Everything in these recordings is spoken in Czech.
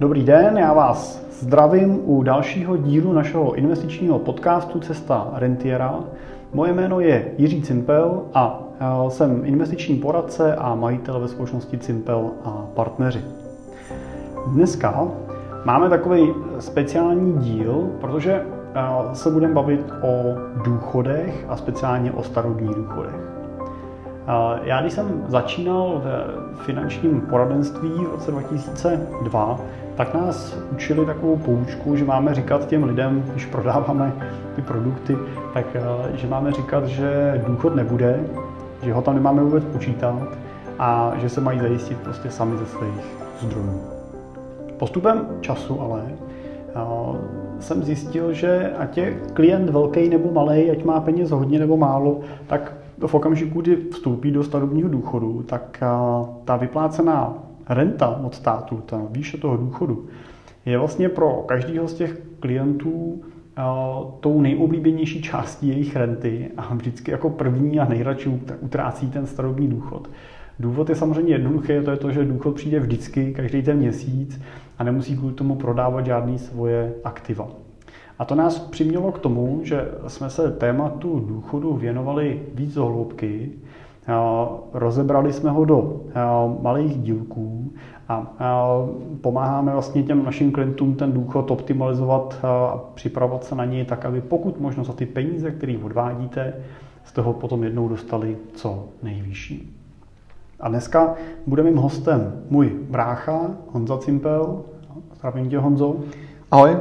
Dobrý den, já vás zdravím u dalšího dílu našeho investičního podcastu Cesta rentiera. Moje jméno je Jiří Cimpel a jsem investiční poradce a majitel ve společnosti Cimpel a partneři. Dneska máme takový speciální díl, protože se budeme bavit o důchodech a speciálně o starobních důchodech. Já když jsem začínal v finančním poradenství v roce 2002, tak nás učili takovou poučku, že máme říkat těm lidem, když prodáváme ty produkty, tak že máme říkat, že důchod nebude, že ho tam nemáme vůbec počítat a že se mají zajistit prostě sami ze svých zdrojů. Postupem času ale jsem zjistil, že ať je klient velký nebo malý, ať má peněz hodně nebo málo, tak v okamžiku, kdy vstoupí do starobního důchodu, tak ta vyplácená renta od státu, ta výše toho důchodu, je vlastně pro každého z těch klientů tou nejoblíbenější částí jejich renty a vždycky jako první a nejradši utrácí ten starobní důchod. Důvod je samozřejmě jednoduchý, to je to, že důchod přijde vždycky, každý ten měsíc a nemusí kvůli tomu prodávat žádný svoje aktiva. A to nás přimělo k tomu, že jsme se tématu důchodu věnovali víc do hloubky, rozebrali jsme ho do malých dílků a pomáháme vlastně těm našim klientům ten důchod optimalizovat a připravovat se na něj tak, aby pokud možno za ty peníze, které odvádíte, z toho potom jednou dostali co nejvyšší. A dneska bude mým hostem můj brácha Honza Cimpel. Zdravím tě, Honzo. Ahoj.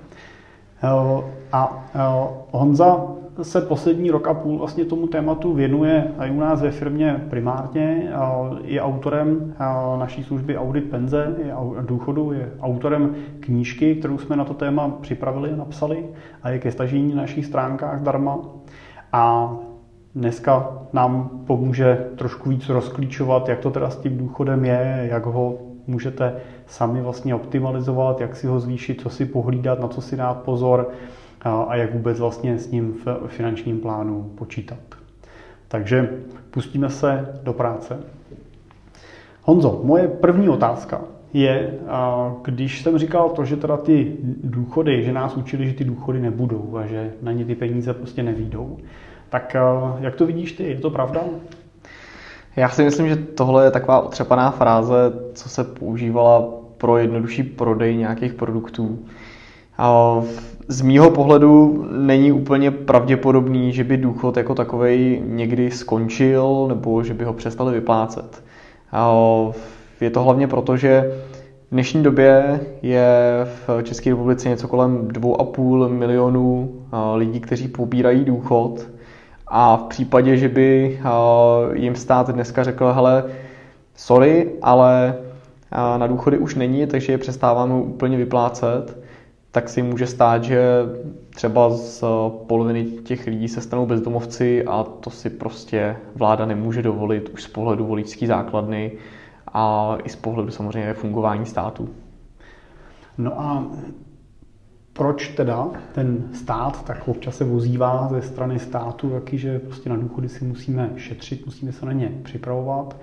A Honza se poslední rok a půl vlastně tomu tématu věnuje i u nás ve firmě primárně. Je autorem naší služby Audit penze a důchodu, je autorem knížky, kterou jsme na to téma připravili a napsali a je ke stažení na našich stránkách zdarma. A dneska nám pomůže trošku víc rozklíčovat, jak to teda s tím důchodem je, jak ho můžete sami vlastně optimalizovat, jak si ho zvýšit, co si pohlídat, na co si dát pozor a jak vůbec vlastně s ním v finančním plánu počítat. Takže pustíme se do práce. Honzo, moje první otázka je, když jsem říkal to, že teda ty důchody, že nás učili, že ty důchody nebudou a že na ně ty peníze prostě nevyjdou, tak jak to vidíš ty? Je to pravda? Já si myslím, že tohle je taková otřepaná fráze, co se používala pro jednodušší prodej nějakých produktů. Z mýho pohledu není úplně pravděpodobný, že by důchod jako takovej někdy skončil nebo že by ho přestali vyplácet. Je to hlavně proto, že v dnešní době je v České republice něco kolem 2,5 milionu lidí, kteří pobírají důchod. A v případě, že by jim stát dneska řekl, hele, sorry, ale na důchody už není, takže je přestáváme úplně vyplácet, tak si může stát, že třeba z poloviny těch lidí se stanou bezdomovci a to si prostě vláda nemůže dovolit už z pohledu voličské základny a i z pohledu samozřejmě fungování státu. No a proč teda ten stát tak občas se vozívá ze strany státu, taky, že prostě na důchody si musíme šetřit, musíme se na ně připravovat.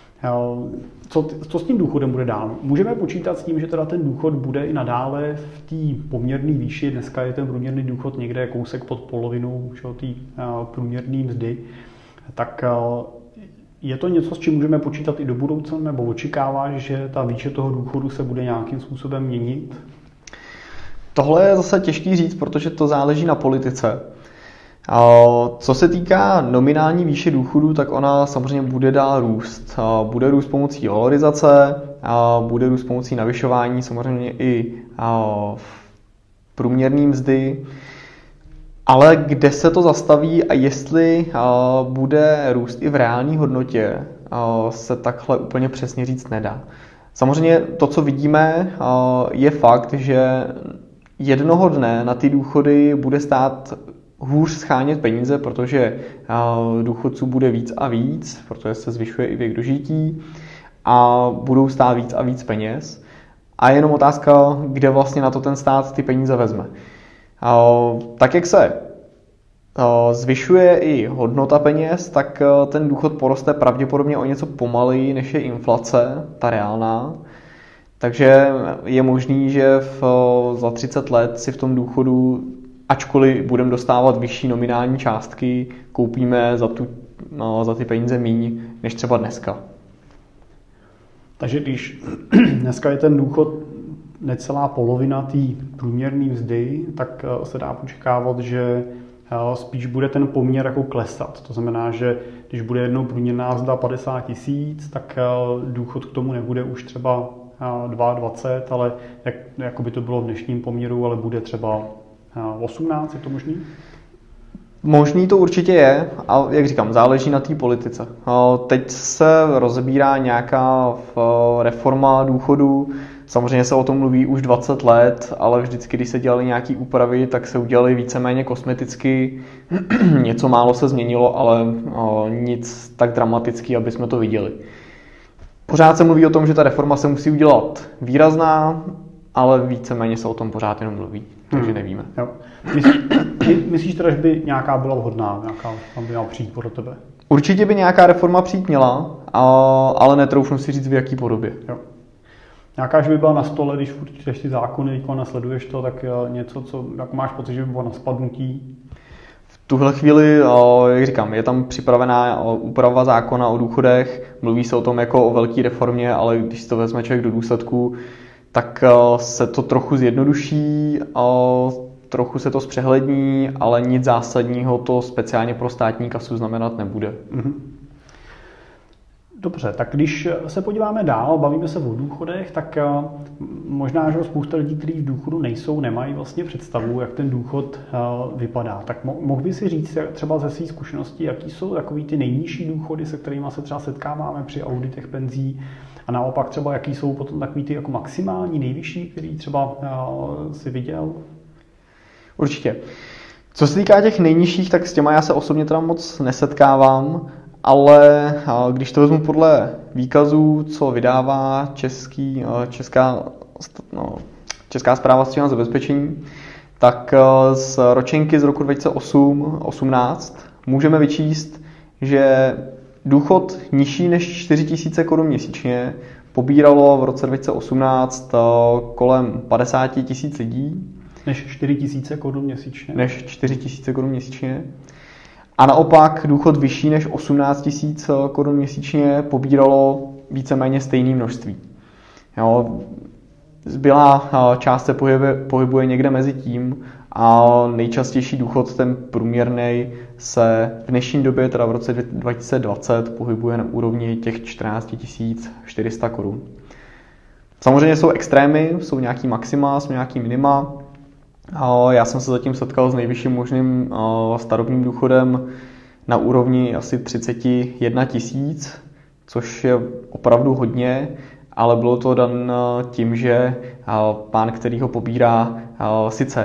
Co s tím důchodem bude dál? Můžeme počítat s tím, že teda ten důchod bude i nadále v té poměrné výši. Dneska je ten průměrný důchod někde kousek pod polovinou té průměrné mzdy. Tak je to něco, s čím můžeme počítat i do budoucna, nebo očekáváš, že ta výše toho důchodu se bude nějakým způsobem měnit? Tohle je zase těžký říct, protože to záleží na politice. Co se týká nominální výše důchodu, tak ona samozřejmě bude dál růst. Bude růst pomocí valorizace, bude růst pomocí navyšování samozřejmě i průměrné mzdy. Ale kde se to zastaví a jestli bude růst i v reálné hodnotě, se takhle úplně přesně říct nedá. Samozřejmě to, co vidíme, je fakt, že jednoho dne na ty důchody bude stát hůř schánět peníze, protože důchodců bude víc a víc, protože se zvyšuje i věk dožití a budou stát víc a víc peněz. A je jenom otázka, kde vlastně na to ten stát ty peníze vezme. Tak jak se zvyšuje i hodnota peněz, tak ten důchod poroste pravděpodobně o něco pomaleji, než je inflace, ta reálná. Takže je možný, že za 30 let si v tom důchodu, ačkoliv budeme dostávat vyšší nominální částky, koupíme za ty peníze míň, než třeba dneska. Takže když dneska je ten důchod necelá polovina té průměrné mzdy, tak se dá očekávat, že spíš bude ten poměr jako klesat. To znamená, že když bude jednou průměrná mzda 50 000, tak důchod k tomu nebude už třeba 22, ale jako by to bylo v dnešním poměru, ale bude třeba 18, je to možný? Možný to určitě je, a jak říkám, záleží na té politice. Teď se rozebírá nějaká reforma důchodu, samozřejmě se o tom mluví už 20 let, ale vždycky, když se dělaly nějaké úpravy, tak se udělaly víceméně kosmeticky. Něco málo se změnilo, ale nic tak dramatický, aby jsme to viděli. Pořád se mluví o tom, že ta reforma se musí udělat výrazná, ale víceméně se o tom pořád jenom mluví, takže nevíme. Jo. Myslíš teda, že by nějaká byla vhodná, nějaká by měla přijít podle tebe? Určitě by nějaká reforma přijít měla, ale netroufnu si říct, v jaký podobě. Jo. Nějaká, že by byla na stole, když čteš ty zákony, když nasleduješ to, tak něco, co jako máš pocit, že by bylo na spadnutí? V tuhle chvíli, jak říkám, je tam připravená úprava zákona o důchodech, mluví se o tom jako o velké reformě, ale když to vezme člověk do důsledku, tak se to trochu zjednoduší, trochu se to zpřehlední, ale nic zásadního to speciálně pro státní kasu znamenat nebude. Dobře, tak když se podíváme dál, bavíme se o důchodech, tak možná, že spousta lidí, kteří v důchodu nejsou, nemají vlastně představu, jak ten důchod vypadá. Tak mohl by si říct třeba ze své zkušenosti, jaký jsou takový ty nejnižší důchody, se kterými se třeba setkáváme při auditech penzí, a naopak třeba jaký jsou potom takový ty jako maximální, nejvyšší, který třeba si viděl? Určitě. Co se týká těch nejnižších, tak s těma já se osobně teda moc nesetkávám, ale když to vezmu podle výkazů, co vydává Česká správa sociálního zabezpečení, tak z ročenky z roku 2018 můžeme vyčíst, že důchod nižší než 4 000 korun měsíčně pobíralo v roce 2018 kolem 50 000 lidí. Než 4 000 korun měsíčně. Než 4 000 korun měsíčně. A naopak důchod vyšší než 18 000 korun měsíčně pobíralo víceméně stejné množství. Jo, zbylá část se pohybuje někde mezi tím a nejčastější důchod, ten průměrný, se v dnešní době, teda v roce 2020, pohybuje na úrovni těch 14 400 korun. Samozřejmě jsou extrémy, jsou nějaký maxima, jsou nějaký minima. Já jsem se zatím setkal s nejvyšším možným starobním důchodem na úrovni asi 31 000, což je opravdu hodně, ale bylo to dan tím, že pán, který ho pobírá, sice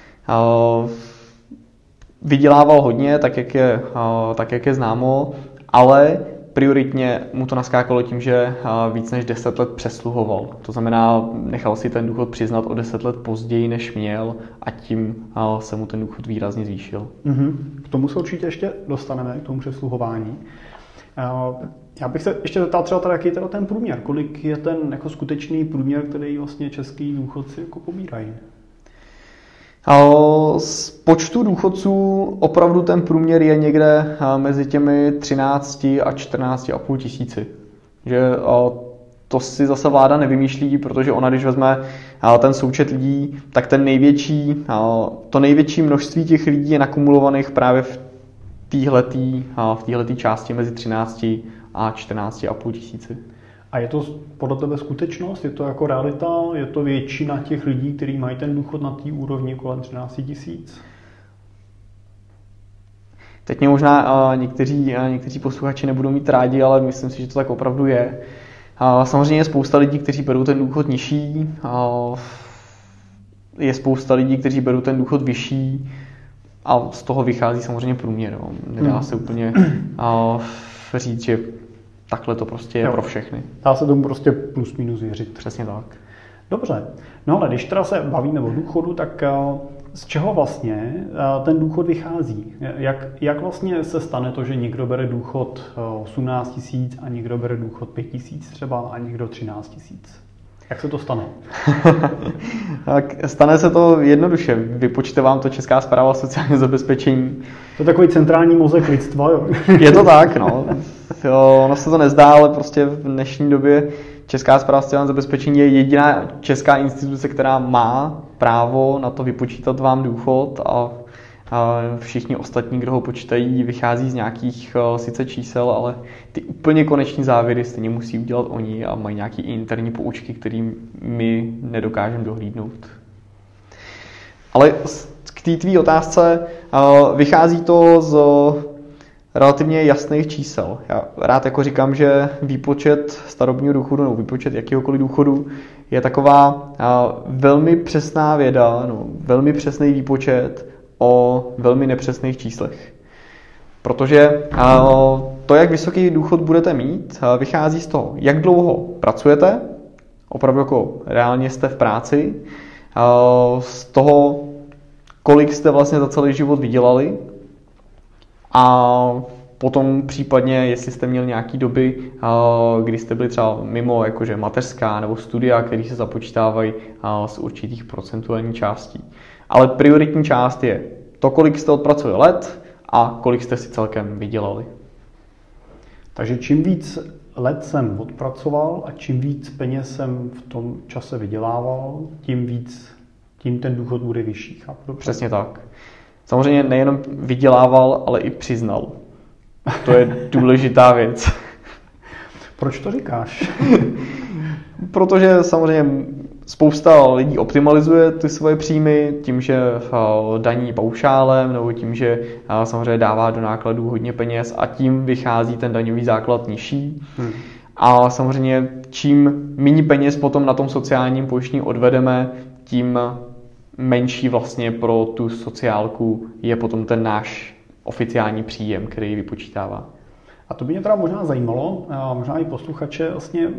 vydělával hodně, tak jak je známo, ale prioritně mu to naskákalo tím, že víc než 10 let přesluhoval. To znamená, nechal si ten důchod přiznat o 10 let později, než měl, a tím se mu ten důchod výrazně zvýšil. K tomu se určitě ještě dostaneme, k tomu přesluhování. Já bych se ještě zeptal třeba, jaký je ten průměr. Kolik je ten jako skutečný průměr, který vlastně český důchodci jako pobírají? Z počtu důchodců opravdu ten průměr je někde mezi těmi 13 a 14,5 tisíci. Že to si zase vláda nevymýšlí, protože ona, když vezme ten součet lidí, tak to největší množství těch lidí je nakumulovaných právě v téhletý části mezi 13 a 14,5 tisíci. A je to podle tebe skutečnost? Je to jako realita? Je to většina těch lidí, kteří mají ten důchod na té úrovni kolem 13 tisíc? Teď mě možná někteří posluchači nebudou mít rádi, ale myslím si, že to tak opravdu je. Samozřejmě je spousta lidí, kteří berou ten důchod nižší. Je spousta lidí, kteří berou ten důchod vyšší. A z toho vychází samozřejmě průměr. Nedá se úplně říct, že takhle to prostě je pro všechny. Dá se tomu prostě plus minus věřit. Přesně tak. Dobře. No ale když teda se bavíme o důchodu, tak z čeho vlastně ten důchod vychází? Jak vlastně se stane to, že někdo bere důchod 18 000 a někdo bere důchod 5 000 třeba a někdo 13 000? Jak se to stane? Tak stane se to jednoduše. Vypočte vám to Česká správa sociálního zabezpečení. To je takový centrální mozek lidstva, jo? Je to tak, no. Ono se to nezdá, ale prostě v dnešní době Česká správa sociálního zabezpečení je jediná česká instituce, která má právo na to vypočítat vám důchod a všichni ostatní, kdo ho počítají, vychází z nějakých sice čísel, ale ty úplně koneční závěry stejně musí udělat oni a mají nějaké interní poučky, kterým my nedokážeme dohlídnout. Ale k té tvý otázce vychází to z relativně jasných čísel. Já rád jako říkám, že výpočet starobního důchodu nebo výpočet jakéhokoliv důchodu je taková velmi přesná věda, no, velmi přesný výpočet o velmi nepřesných číslech. Protože to, jak vysoký důchod budete mít, vychází z toho, jak dlouho pracujete, opravdu jako reálně jste v práci, z toho, kolik jste vlastně za celý život vydělali a potom případně, jestli jste měli nějaký doby, kdy jste byli třeba mimo jakože mateřská nebo studia, které se započítávají z určitých procentuálních částí. Ale prioritní část je to, kolik jste odpracovali let a kolik jste si celkem vydělali. Takže čím víc let jsem odpracoval a čím víc peněz jsem v tom čase vydělával, tím ten důchod bude vyšší. Chápu? Přesně tak. Samozřejmě nejenom vydělával, ale i přiznal. To je důležitá věc. Proč to říkáš? Protože samozřejmě spousta lidí optimalizuje ty svoje příjmy tím, že daní paušálem nebo tím, že samozřejmě dává do nákladů hodně peněz a tím vychází ten daňový základ nižší. A samozřejmě čím méně peněz potom na tom sociálním pojištění odvedeme, tím menší vlastně pro tu sociálku je potom ten náš oficiální příjem, který vypočítává. A to by mě teda možná zajímalo, možná i posluchače, vlastně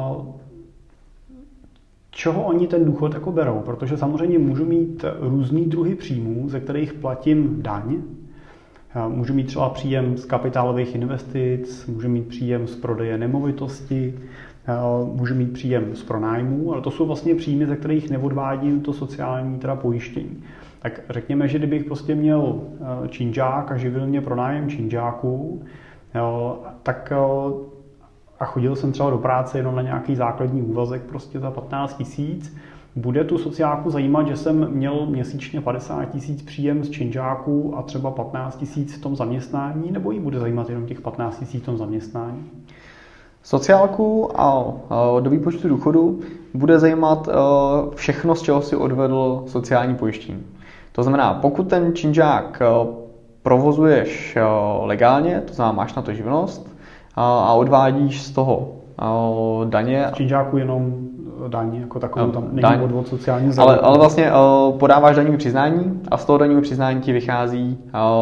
čeho oni ten důchod jako berou, protože samozřejmě můžu mít různý druhy příjmů, ze kterých platím daň. Můžu mít třeba příjem z kapitálových investic, můžu mít příjem z prodeje nemovitosti, můžu mít příjem z pronájmů, ale to jsou vlastně příjmy, ze kterých neodvádím to sociální teda pojištění. Tak řekněme, že kdybych prostě měl činžák a živil mě pronájem činžáků, tak a chodil jsem třeba do práce jenom na nějaký základní úvazek prostě za 15 000, bude tu sociálku zajímat, že jsem měl měsíčně 50 000 příjem z činžáků a třeba 15 000 v tom zaměstnání, nebo jí bude zajímat jenom těch 15 000 v tom zaměstnání? Sociálku a do výpočtu důchodu bude zajímat všechno, z čeho si odvedl sociální pojištění. To znamená, pokud ten činžák provozuješ legálně, to znamená, máš na to živnost a odvádíš z toho daně. Z činžáku jenom daň, jako takovou tam není odvod sociální zdravotní. Ale vlastně podáváš daňové přiznání a z toho daňového přiznání ti vychází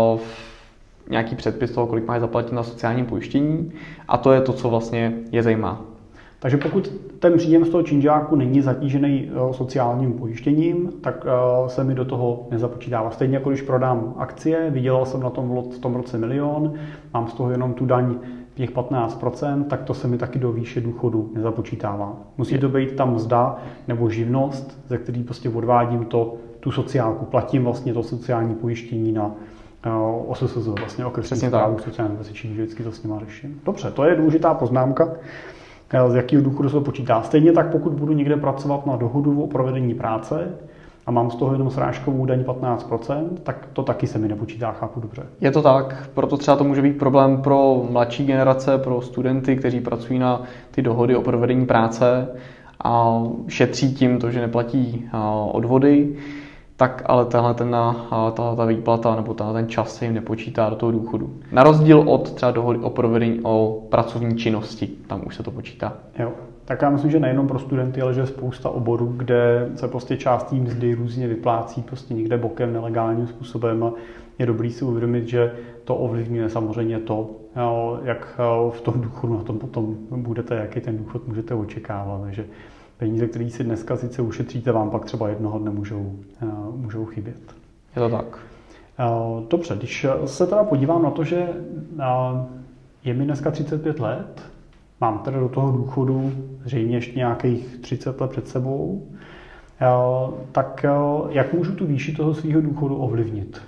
nějaký předpis toho, kolik máš zaplatit na sociální pojištění a to je to, co vlastně je zajímá. Takže pokud ten příjem z toho činžáku není zatížený sociálním pojištěním, tak se mi do toho nezapočítává. Stejně jako když prodám akcie, vydělal jsem na tom v tom roce 1 000 000, mám z toho jenom tu daň těch 15%, tak to se mi taky do výše důchodu nezapočítává. Musí to být ta mzda nebo živnost, ze který prostě odvádím tu sociálku, platím vlastně to sociální pojištění na OSSZ, vlastně okresní správu sociální zabezpečení, že vždycky to s nima řeším. Dobře, to je důležitá poznámka, z jakého důchodu se to počítá. Stejně tak, pokud budu někde pracovat na dohodu o provedení práce a mám z toho jenom srážkovou daň 15%, tak to taky se mi nepočítá, chápu dobře. Je to tak, proto třeba to může být problém pro mladší generace, pro studenty, kteří pracují na ty dohody o provedení práce a šetří tím to, že neplatí odvody, tak ale ta výplata nebo ten čas se jim nepočítá do toho důchodu. Na rozdíl od třeba dohody o provedení o pracovní činnosti, tam už se to počítá. Jo. Tak já myslím, že nejenom pro studenty, ale že je spousta oborů, kde se prostě část té mzdy různě vyplácí prostě někde bokem, nelegálním způsobem a je dobrý si uvědomit, že to ovlivňuje samozřejmě to, jak v tom důchodu na tom potom budete, jaký ten důchod můžete očekávat. Takže peníze, které si dneska sice ušetříte, vám pak třeba jednoho dne můžou chybět. Je to tak. Dobře, když se teda podívám na to, že je mi dneska 35 let, mám teda do toho důchodu zřejmě ještě nějakých 30 let před sebou, tak jak můžu tu výši toho svého důchodu ovlivnit?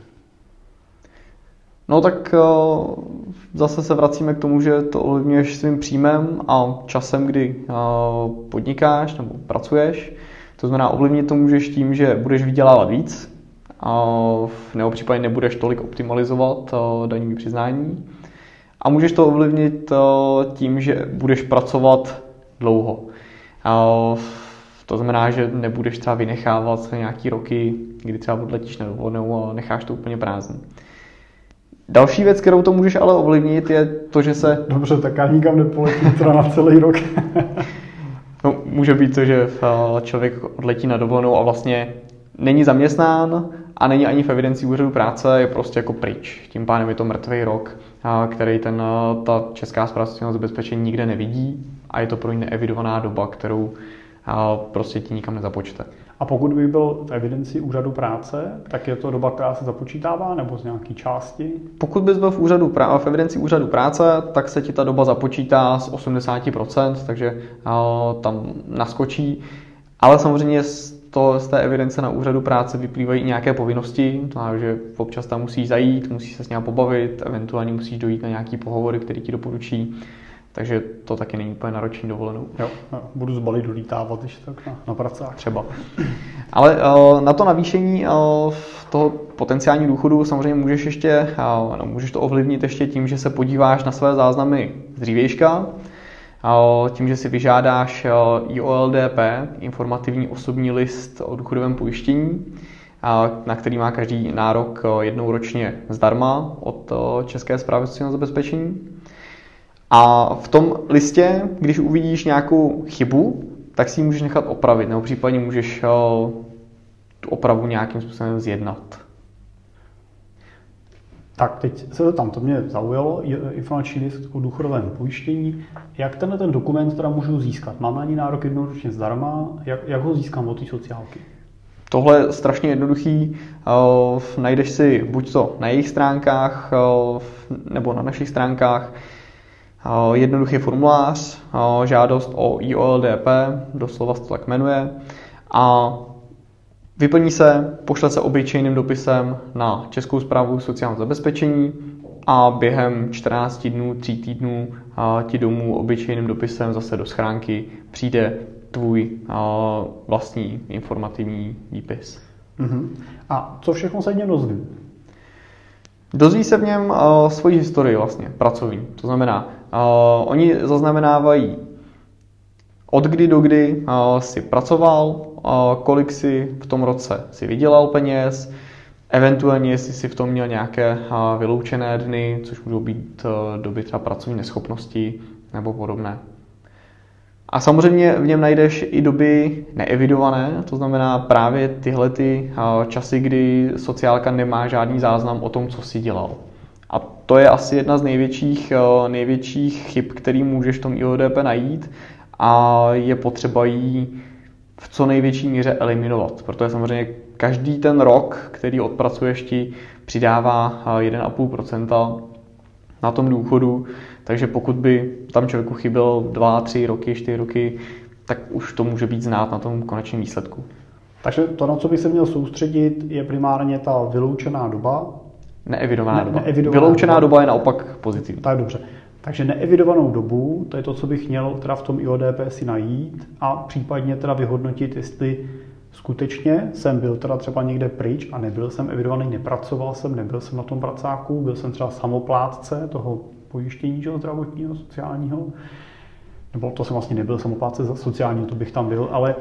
No tak zase se vracíme k tomu, že to ovlivňuješ svým příjmem a časem, kdy podnikáš nebo pracuješ. To znamená, ovlivnit to můžeš tím, že budeš vydělávat víc, nebo případně nebudeš tolik optimalizovat daňové přiznání. A můžeš to ovlivnit tím, že budeš pracovat dlouho. To znamená, že nebudeš třeba vynechávat nějaký roky, kdy třeba odletíš na dovolenou a necháš to úplně prázdný. Další věc, kterou to můžeš ale ovlivnit, je to, že se... Dobře, tak já nikam nepoletím teda na celý rok. No, může být to, že člověk odletí na dovolenou a vlastně není zaměstnán a není ani v evidenci úřadu práce, je prostě jako pryč. Tím pádem je to mrtvý rok, který ta Česká správa sociálního zabezpečení nikde nevidí a je to pro ní neevidovaná doba, kterou prostě ti nikam nezapočte. A pokud by byl v evidenci úřadu práce, tak je to doba, která se započítává, nebo z nějaké části? Pokud bys byl v evidenci úřadu práce, tak se ti ta doba započítá z 80%, takže tam naskočí. Ale samozřejmě z té evidence na úřadu práce vyplývají i nějaké povinnosti, to znamená, že občas tam musíš zajít, musíš se s ním pobavit, eventuálně musíš dojít na nějaký pohovory, který ti doporučí. Takže to taky není úplně náročný dovolenou. Jo, budu z Bali dolítávat, když tak na pracách. Třeba. Ale na to navýšení toho potenciálního důchodu samozřejmě můžeš ještě, můžeš to ovlivnit ještě tím, že se podíváš na své záznamy z dřívějška, tím, že si vyžádáš IOLDP, informativní osobní list o důchodovém pojištění, na který má každý nárok jednou ročně zdarma od České správy sociálního zabezpečení. A v tom listě, když uvidíš nějakou chybu, tak si ji můžeš nechat opravit, nebo případně můžeš tu opravu nějakým způsobem zjednat. Tak teď se tam, to mě zaujalo, informační list o důchodovém pojištění. Jak ten dokument teda můžu získat? Mám na ní nárok jednoročně zdarma? Jak ho získám od té sociálky? Tohle je strašně jednoduchý. Najdeš si buď to na jejich stránkách, nebo na našich stránkách jednoduchý formulář, žádost o IOLDP, doslova se to tak jmenuje, a vyplní se, pošle se obyčejným dopisem na Českou správu sociálního zabezpečení a během 14 dnů, 3 týdnů ti domů obyčejným dopisem zase do schránky přijde tvůj vlastní informativní výpis. A co všechno se v něm dozví? Dozví se v něm svoji historii vlastně, pracovní. To znamená, oni zaznamenávají od kdy do kdy si pracoval, kolik si v tom roce si vydělal peněz, eventuálně jestli si v tom měl nějaké vyloučené dny, což můžou být doby třeba pracovní neschopnosti nebo podobné. A samozřejmě v něm najdeš i doby neevidované, to znamená právě tyhle časy, kdy sociálka nemá žádný záznam o tom, co si dělal. A to je asi jedna z největších chyb, který můžeš v tom IOLDP najít a je potřeba ji v co největší míře eliminovat, protože samozřejmě každý ten rok, který odpracuješ, ti přidává 1,5% na tom důchodu, takže pokud by tam člověku chyběl 2, 3 roky, 4 roky, tak už to může být znát na tom konečném výsledku. Takže to, na co bych se měl soustředit, je primárně ta vyloučená doba. Neevidovaná doba. Vyloučená doba je naopak pozitivní. Tak dobře. Takže neevidovanou dobu, to je to, co bych měl teda v tom IOLDP si najít a případně teda vyhodnotit, jestli skutečně jsem byl teda třeba někde pryč a nebyl jsem evidovaný, nepracoval jsem, nebyl jsem na tom pracáku, byl jsem třeba samoplátce toho pojištění zdravotního, sociálního, nebo to jsem vlastně nebyl samoplátce sociálního, to bych tam byl, ale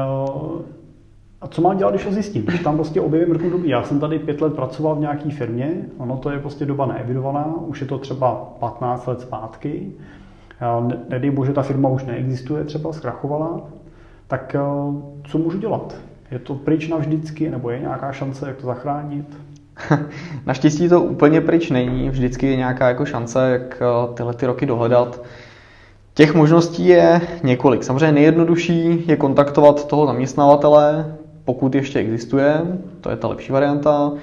a co mám dělat, když to zjistím? Když tam prostě objevím mrtvou dobu. Já jsem tady 5 let pracoval v nějaké firmě, ono to je prostě doba neevidovaná, už je to třeba 15 let zpátky. Nedej bože, ta firma už neexistuje, třeba zkrachovala. Tak co můžu dělat? Je to pryč navždycky, nebo je nějaká šance, jak to zachránit? Naštěstí to úplně pryč není, vždycky je nějaká jako šance, jak tyhle ty roky dohledat. Těch možností je několik. Samozřejmě nejjednodušší je kontaktovat toho zaměstnavatele, pokud ještě existuje, to je ta lepší varianta.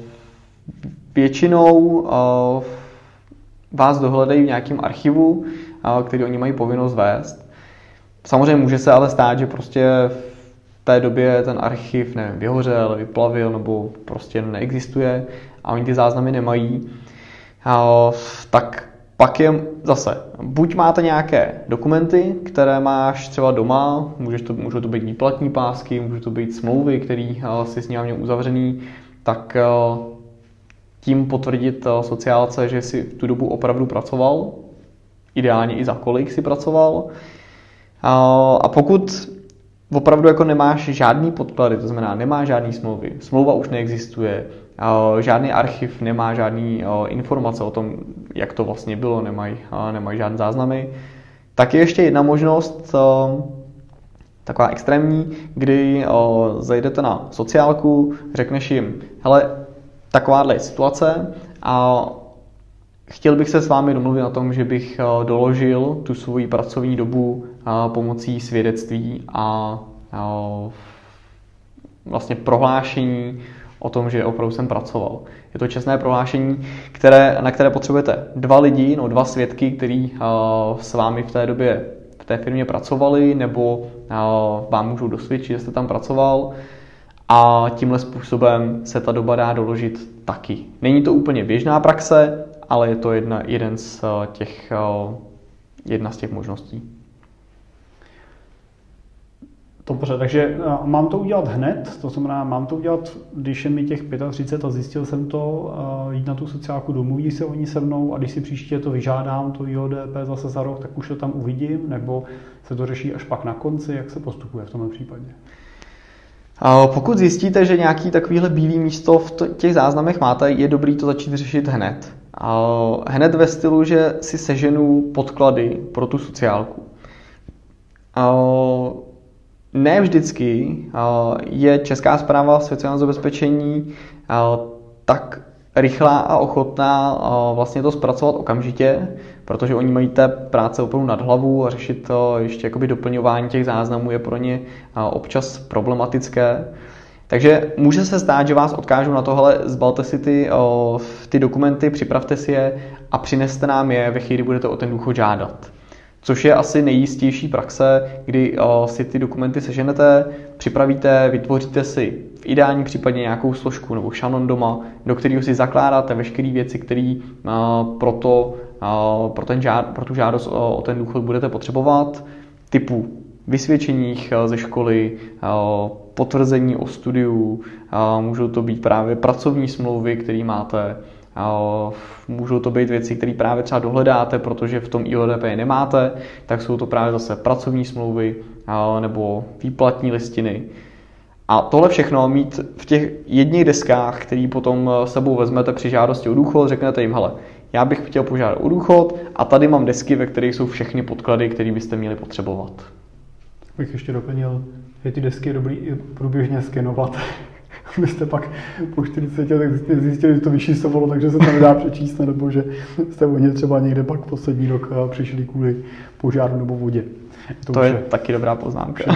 Většinou vás dohledají v nějakém archivu který oni mají povinnost vést. Samozřejmě může se ale stát, že prostě v té době ten archiv, nevím, vyhořel, vyplavil nebo prostě neexistuje a oni ty záznamy nemají, tak pak je zase, buď máte nějaké dokumenty, které máš třeba doma, můžou to být výplatní pásky, můžou to být smlouvy, které si s ním měl uzavřený, tak tím potvrdit sociálce, že si v tu dobu opravdu pracoval, ideálně i za kolik si pracoval. A pokud opravdu jako nemáš žádný podklady, to znamená nemáš žádný smlouvy, smlouva už neexistuje, žádný archiv nemá žádný informace o tom, jak to vlastně bylo, nemají žádné záznamy, tak je ještě jedna možnost, taková extrémní, kdy zajdete na sociálku, řekneš jim, hele, takováhle je situace a chtěl bych se s vámi domluvit na tom, že bych doložil tu svoji pracovní dobu pomocí svědectví a vlastně prohlášení o tom, že opravdu jsem pracoval. Je to čestné prohlášení, na které potřebujete dva svědky, kteří s vámi v té době v té firmě pracovali nebo vám můžou dosvědčit, že jste tam pracoval a tímhle způsobem se ta doba dá doložit taky. Není to úplně běžná praxe, ale je to jedna z těch možností. Dobře, takže mám to udělat hned, to znamená, mám to udělat, když je mi těch 35 a zjistil jsem to, jít na tu sociálku, domluví se oni se mnou a když si příště to vyžádám, to IODP zase za rok, tak už to tam uvidím, nebo se to řeší až pak na konci, jak se postupuje v tomhle případě? Pokud zjistíte, že nějaký takovýhle bílý místo v těch záznamech máte, je dobrý to začít řešit hned. Hned ve stylu, že si seženu podklady pro tu sociálku. Ne vždycky je Česká správa sociálního zabezpečení tak rychlá a ochotná vlastně to zpracovat okamžitě, protože oni mají té práce opravdu nad hlavu a řešit to ještě jakoby doplňování těch záznamů je pro ně občas problematické. Takže může se stát, že vás odkážu na tohle, zbalte si ty dokumenty, připravte si je a přineste nám je ve chvíli, kdy budete o ten důchod žádat. Což je asi nejjistější praxe, kdy si ty dokumenty seženete, připravíte, vytvoříte si v ideálním případě nějakou složku nebo šanon doma, do kterého si zakládáte veškeré věci, které pro tu žádost o ten důchod budete potřebovat, typu vysvědčeních ze školy, potvrzení o studiu, můžou to být právě pracovní smlouvy, které máte, můžou to být věci, které právě třeba dohledáte, protože v tom IODP nemáte, tak jsou to právě zase pracovní smlouvy nebo výplatní listiny. A tohle všechno mít v těch jedných deskách, který potom sebou vezmete při žádosti o důchod, řeknete jim, hele, já bych chtěl požádat o důchod a tady mám desky, ve kterých jsou všechny podklady, které byste měli potřebovat. Bych ještě doplnil, že ty desky je dobrý i průběžně skenovat. Abyste pak po 40 letech zjistili, že to vyšisovalo, takže se to nedá přečíst, nebo že jste o ně třeba někde pak poslední rok přišli kvůli požáru nebo vodě. To je taky dobrá poznámka.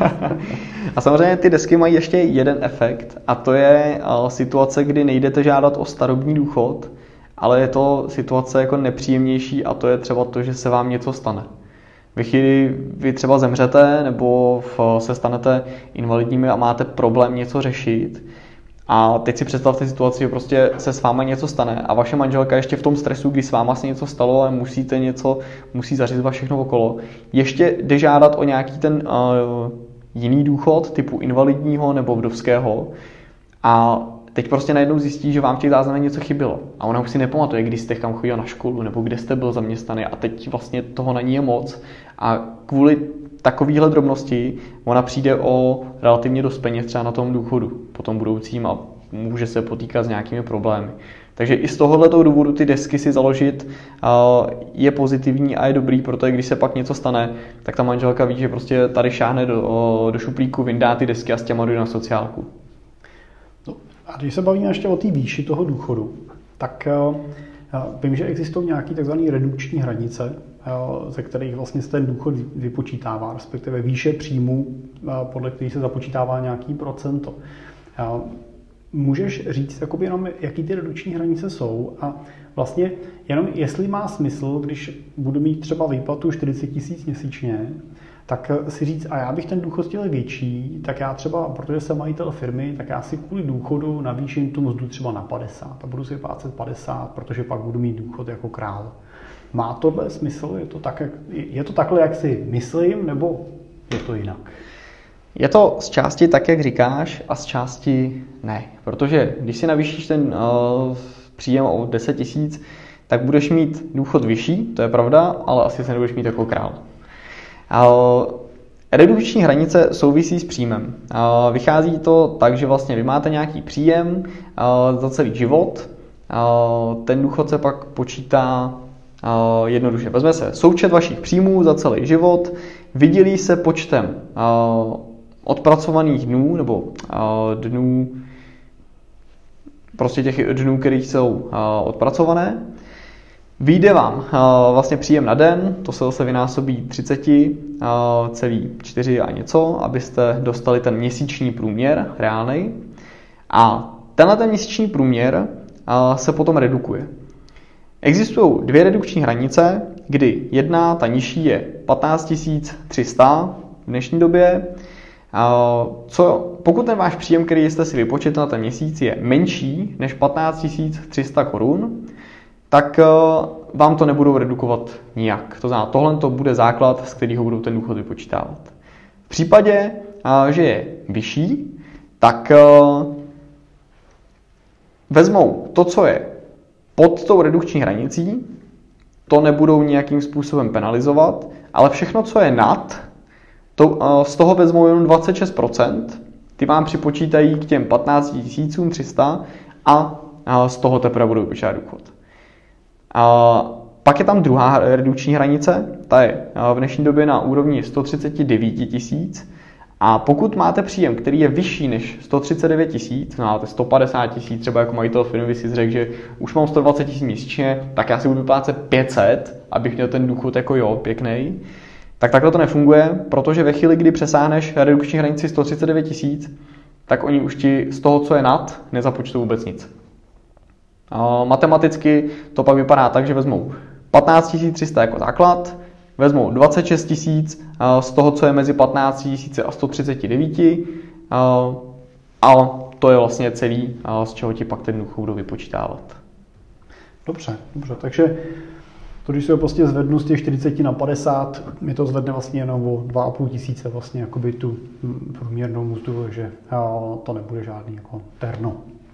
A samozřejmě ty desky mají ještě jeden efekt a to je situace, kdy nejdete žádat o starobní důchod, ale je to situace jako nepříjemnější a to je třeba to, že se vám něco stane. Ve chvíli vy třeba zemřete nebo se stanete invalidními a máte problém něco řešit a teď si představte situaci, že prostě se s váma něco stane a vaše manželka ještě v tom stresu, kdy s váma se něco stalo a musí zařizovat všechno okolo, ještě jde žádat o nějaký ten jiný důchod typu invalidního nebo vdovského a teď prostě najednou zjistí, že vám v těch záznamech něco chybělo. A ona už si nepamatuje, kdy jste kam chodil na školu, nebo kde jste byl zaměstnaný a teď vlastně toho na ní je moc. A kvůli takovéhle drobnosti ona přijde o relativně dost peněz třeba na tom důchodu, potom budoucím a může se potýkat s nějakými problémy. Takže i z tohoto důvodu ty desky si založit je pozitivní a je dobrý, protože když se pak něco stane, tak ta manželka ví, že prostě tady šáhne do šuplíku, vyndá ty desky a s těma jde na sociálku. A když se bavíme ještě o té výši toho důchodu, tak vím, že existují nějaké tzv. Redukční hranice, ze kterých vlastně se ten důchod vypočítává, respektive výše příjmu, podle kterých se započítává nějaký procento. můžeš říct jakoby jenom, jaký ty redukční hranice jsou a vlastně jenom jestli má smysl, když budu mít třeba výplatu 40 000 měsíčně, tak si říct, a já bych ten důchod chtěl větší, tak já třeba, protože jsem majitel firmy, tak já si kvůli důchodu navýším tu mzdu třeba na 50 a budu si vyplácet 50, protože pak budu mít důchod jako král. Má tohle smysl? Je to takhle, jak si myslím, nebo je to jinak? Je to z části tak, jak říkáš, a z části ne. Protože když si navýšíš ten příjem o 10 000, tak budeš mít důchod vyšší, to je pravda, ale asi se nebudeš mít jako král. Redukční hranice souvisí s příjmem. Vychází to tak, že vlastně vy máte nějaký příjem za celý život, ten důchod se pak počítá jednoduše. Vezme se součet vašich příjmů za celý život, vydělí se počtem odpracovaných dnů nebo dnů, prostě těch dnů, které jsou odpracované. Vyjde vám vlastně příjem na den, to se zase vynásobí 30,4 a něco, abyste dostali ten měsíční průměr reálnej. A tenhle ten měsíční průměr se potom redukuje. Existují dvě redukční hranice, kdy jedna, ta nižší, je 15 300 v dnešní době. Pokud ten váš příjem, který jste si vypočetli na ten měsíc, je menší než 15 300 korun, tak vám to nebudou redukovat nijak. To znamená, tohle to bude základ, z kterého budou ten důchod vypočítávat. V případě, že je vyšší, tak vezmou to, co je pod tou redukční hranicí, to nebudou nějakým způsobem penalizovat, ale všechno, co je nad, z toho vezmou jenom 26%, ty vám připočítají k těm 15 300 a z toho teprve budou vypočítat důchod. Pak je tam druhá redukční hranice, ta je v dnešní době na úrovni 139 000 a pokud máte příjem, který je vyšší než 139 000, máte 150 000, třeba jako majitel firmy si řekl, že už mám 120 000 měsíčně, tak já si budu vyplácet 500, abych měl ten důchod jako pěknej. Tak takhle to nefunguje, protože ve chvíli, kdy přesáhneš redukční hranici 139 000, tak oni už ti z toho, co je nad, nezapočtou vůbec nic. Matematicky to pak vypadá tak, že vezmou 15 300 jako základ, vezmou 26 000 z toho, co je mezi 15 000 a 139 a to je vlastně celý, z čeho ti pak ten důchod budou vypočítávat. Dobře, takže to, když se ho prostě zvednu z těch 40 na 50, mi to zvedne vlastně jenom o 2 500 vlastně jakoby tu průměrnou mzdu, takže to nebude žádný jako terno.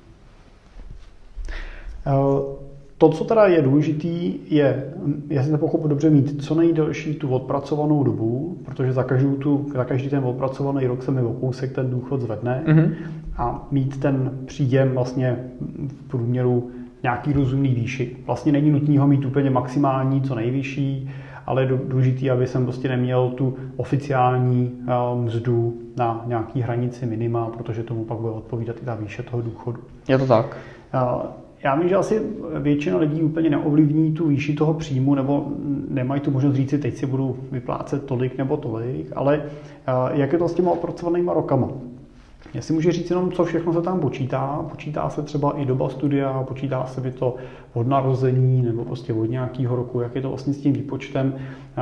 To, co teda je důležitý, je, jestli to pochopu dobře, mít co nejdelší tu odpracovanou dobu, protože za každý ten odpracovaný rok se mi o kousek ten důchod zvedne a mít ten příjem vlastně v průměru nějaký rozumný výši. Vlastně není nutný ho mít úplně maximální, co nejvyšší, ale je důležitý, aby jsem prostě neměl tu oficiální mzdu na nějaký hranici minima, protože tomu pak bude odpovídat i ta výše toho důchodu. Je to tak? Já vím, že asi většina lidí úplně neovlivní tu výši toho příjmu, nebo nemají tu možnost říct si, teď si budu vyplácet tolik nebo tolik, ale jak je to s těma odpracovanýma rokama? Jestli může říct jenom, co všechno se tam počítá. Počítá se třeba i doba studia, počítá se by to od narození nebo prostě od nějakého roku, jak je to vlastně s tím výpočtem,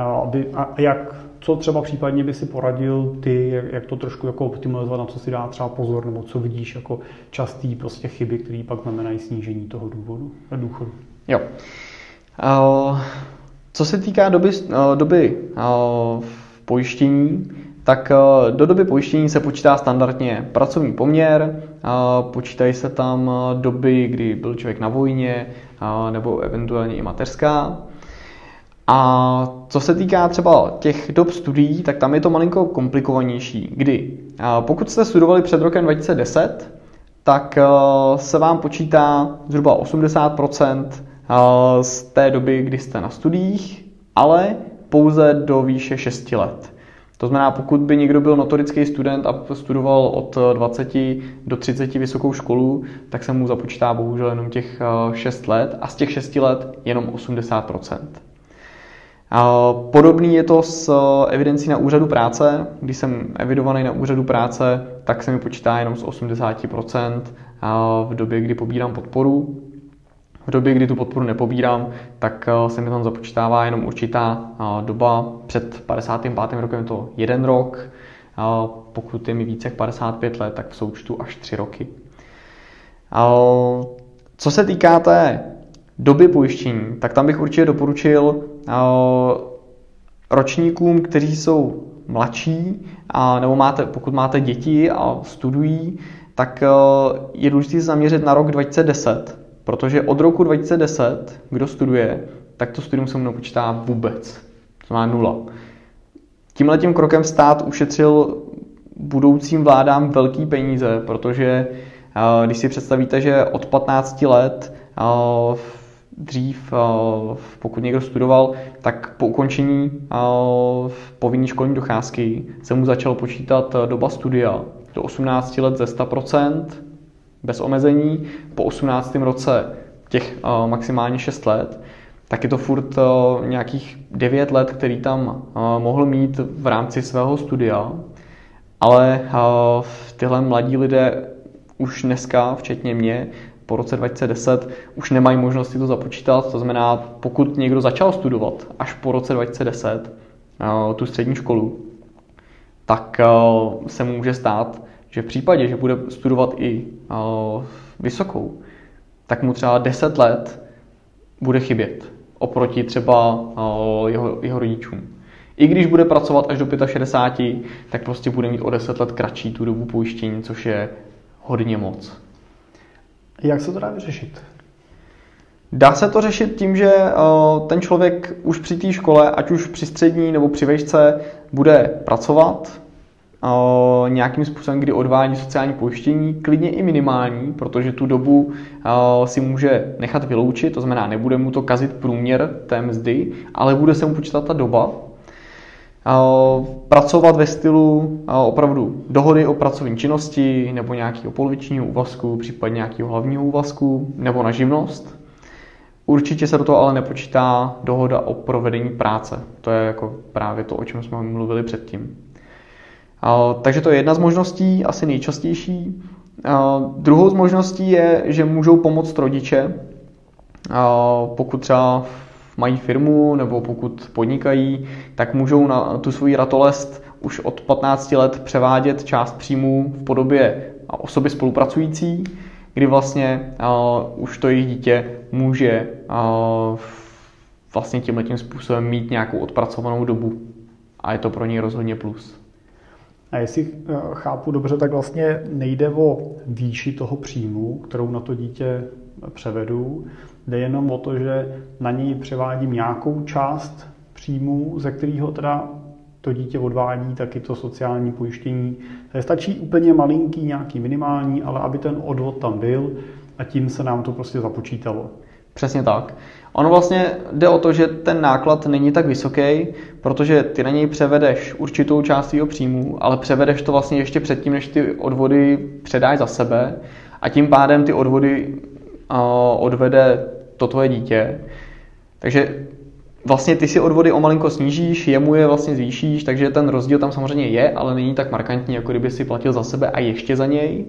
co třeba případně by si poradil ty, jak to trošku jako optimalizovat, na co si dá třeba pozor, nebo co vidíš jako častý prostě chyby, které pak znamenají snížení toho důchodu. Jo. Co se týká doby pojištění, tak do doby pojištění se počítá standardně pracovní poměr, počítají se tam doby, kdy byl člověk na vojně, nebo eventuálně i mateřská. A co se týká třeba těch dob studií, tak tam je to malinko komplikovanější, kdy pokud jste studovali před rokem 2010, tak se vám počítá zhruba 80% z té doby, kdy jste na studiích, ale pouze do výše 6 let. To znamená, pokud by někdo byl notorický student a studoval od 20 do 30 vysokou školu, tak se mu započítá bohužel jenom těch 6 let a z těch 6 let jenom 80%. Podobný je to s evidencí na úřadu práce. Když jsem evidovaný na úřadu práce, tak se mi počítá jenom z 80% v době, kdy pobírám podporu. V době, kdy tu podporu nepobírám, tak se mi tam započítává jenom určitá doba. Před 55. rokem je to 1 rok. Pokud je mi více jak 55 let, tak v součtu až 3 roky. Co se týká té doby pojištění, tak tam bych určitě doporučil ročníkům, kteří jsou mladší, nebo pokud máte děti a studují, tak je důležité se zaměřit na rok 2010, protože od roku 2010, kdo studuje, tak to studium se mu nepočítá vůbec. To má 0. Tímhletím krokem stát ušetřil budoucím vládám velký peníze, protože když si představíte, že od 15 let dřív, pokud někdo studoval, tak po ukončení povinné školní docházky se mu začalo počítat doba studia do 18 let ze 100%, bez omezení, po 18. roce těch maximálně 6 let, tak je to furt nějakých 9 let, který tam mohl mít v rámci svého studia, ale tyhle mladí lidé už dneska, včetně mě, po roce 2010 už nemají možnost si to započítat. To znamená, pokud někdo začal studovat až po roce 2010 tu střední školu, tak se mu může stát, že v případě, že bude studovat i vysokou, tak mu třeba 10 let bude chybět oproti třeba jeho rodičům. I když bude pracovat až do 65, tak prostě bude mít o 10 let kratší tu dobu pojištění, což je hodně moc. Jak se to dá vyřešit? Dá se to řešit tím, že ten člověk už při té škole, ať už při střední nebo při vejšce, bude pracovat nějakým způsobem, kdy odvádí sociální pojištění, klidně i minimální, protože tu dobu si může nechat vyloučit, to znamená, nebude mu to kazit průměr té mzdy, ale bude se mu počítat ta doba. Pracovat ve stylu opravdu dohody o pracovní činnosti nebo nějakého polovičního úvazku, případně nějakého hlavního úvazku nebo na živnost. Určitě se do toho ale nepočítá dohoda o provedení práce. To je jako právě to, o čem jsme mluvili předtím. Takže to je jedna z možností, asi nejčastější. Druhou z možností je, že můžou pomoct rodiče, pokud třeba mají firmu nebo pokud podnikají, tak můžou na tu svoji ratolest už od 15 let převádět část příjmů v podobě osoby spolupracující, kdy vlastně už to jejich dítě může vlastně tímhletím způsobem mít nějakou odpracovanou dobu. A je to pro něj rozhodně plus. A jestli chápu dobře, tak vlastně nejde o výši toho příjmu, kterou na to dítě převedu. Jde jenom o to, že na něj převádím nějakou část příjmu, ze kterého teda to dítě odvádí taky to sociální pojištění. Takže stačí úplně malinký, nějaký minimální, ale aby ten odvod tam byl a tím se nám to prostě započítalo. Přesně tak. Ono vlastně jde o to, že ten náklad není tak vysoký, protože ty na něj převedeš určitou část svého příjmu, ale převedeš to vlastně ještě předtím, než ty odvody předáš za sebe a tím pádem ty odvody odvede to tvoje dítě. Takže vlastně ty si odvody o malinko snížíš, jemu je vlastně zvýšíš, takže ten rozdíl tam samozřejmě je, ale není tak markantní, jako kdyby si platil za sebe a ještě za něj.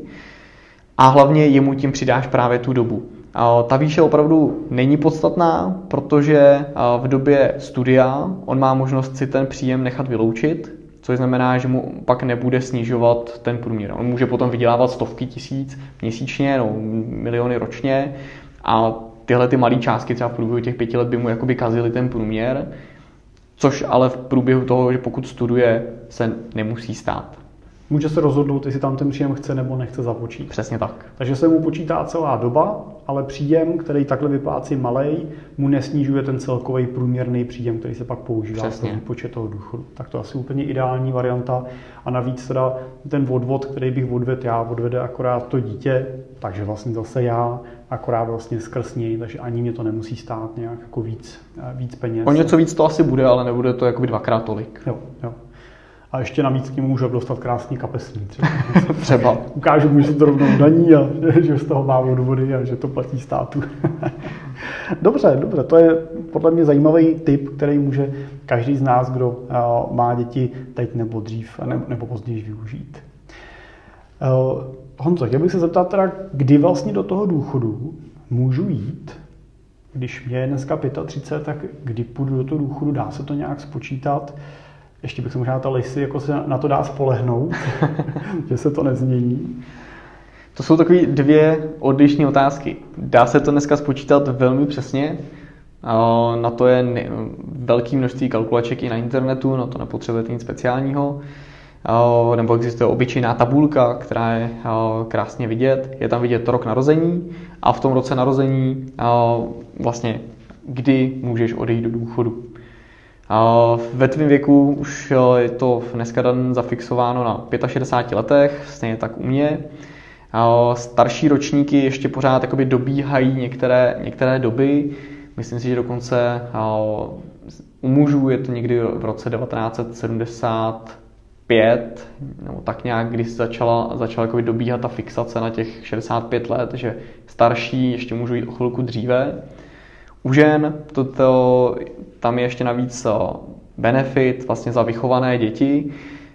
A hlavně jemu tím přidáš právě tu dobu. Ta výše opravdu není podstatná, protože v době studia on má možnost si ten příjem nechat vyloučit, což znamená, že mu pak nebude snižovat ten průměr. On může potom vydělávat stovky tisíc měsíčně, no, miliony ročně a tyhle ty malé částky třeba v průběhu těch 5 let by mu jakoby kazily ten průměr, což ale v průběhu toho, že pokud studuje, se nemusí stát. Může se rozhodnout, jestli tam ten příjem chce nebo nechce započít. Přesně tak. Takže se mu počítá celá doba, ale příjem, který takhle vyplácí malej, mu nesnižuje ten celkový průměrný příjem, který se pak používá pro výpočet toho důchodu. Tak to je asi úplně ideální varianta. A navíc teda ten odvod, který bych odvedl já, odvede akorát to dítě, takže vlastně zase já, akorát vlastně skrz něj, takže ani mě to nemusí stát nějak jako víc peněz. O něco víc to asi bude, ale nebude to jakoby 2x tolik. Jo. A ještě navíc k němu můžu dostat krásný kapesní. Třeba. Ukážu mu, že se to rovnou daní a že z toho má odvody a že to platí státu. Dobře, to je podle mě zajímavý tip, který může každý z nás, kdo má děti teď nebo dřív, nebo později využít. Honzo, chtěl bych se zeptat teda, kdy vlastně do toho důchodu můžu jít. Když mě je dneska 35, tak kdy půjdu do toho důchodu, dá se to nějak spočítat? Ještě bych se možná ptal, jestli jako se na to dá spolehnout, že se to nezmění. To jsou takové dvě odlišné otázky. Dá se to dneska spočítat velmi přesně. Na to je velké množství kalkulaček i na internetu, na to nepotřebujete nic speciálního. Nebo existuje obyčejná tabulka, která je krásně vidět. Je tam vidět rok narození a v tom roce narození vlastně kdy můžeš odejít do důchodu. Ve tvém věku už je to dneska zafixováno na 65 letech, stejně tak u mě. Starší ročníky ještě pořád jakoby dobíhají některé doby. Myslím si, že dokonce u mužů je to někdy v roce 1975, nebo tak nějak, když začala jakoby dobíhat ta fixace na těch 65 let, že starší ještě můžou jít o chvilku dříve. U žen tam je ještě navíc benefit vlastně za vychované děti,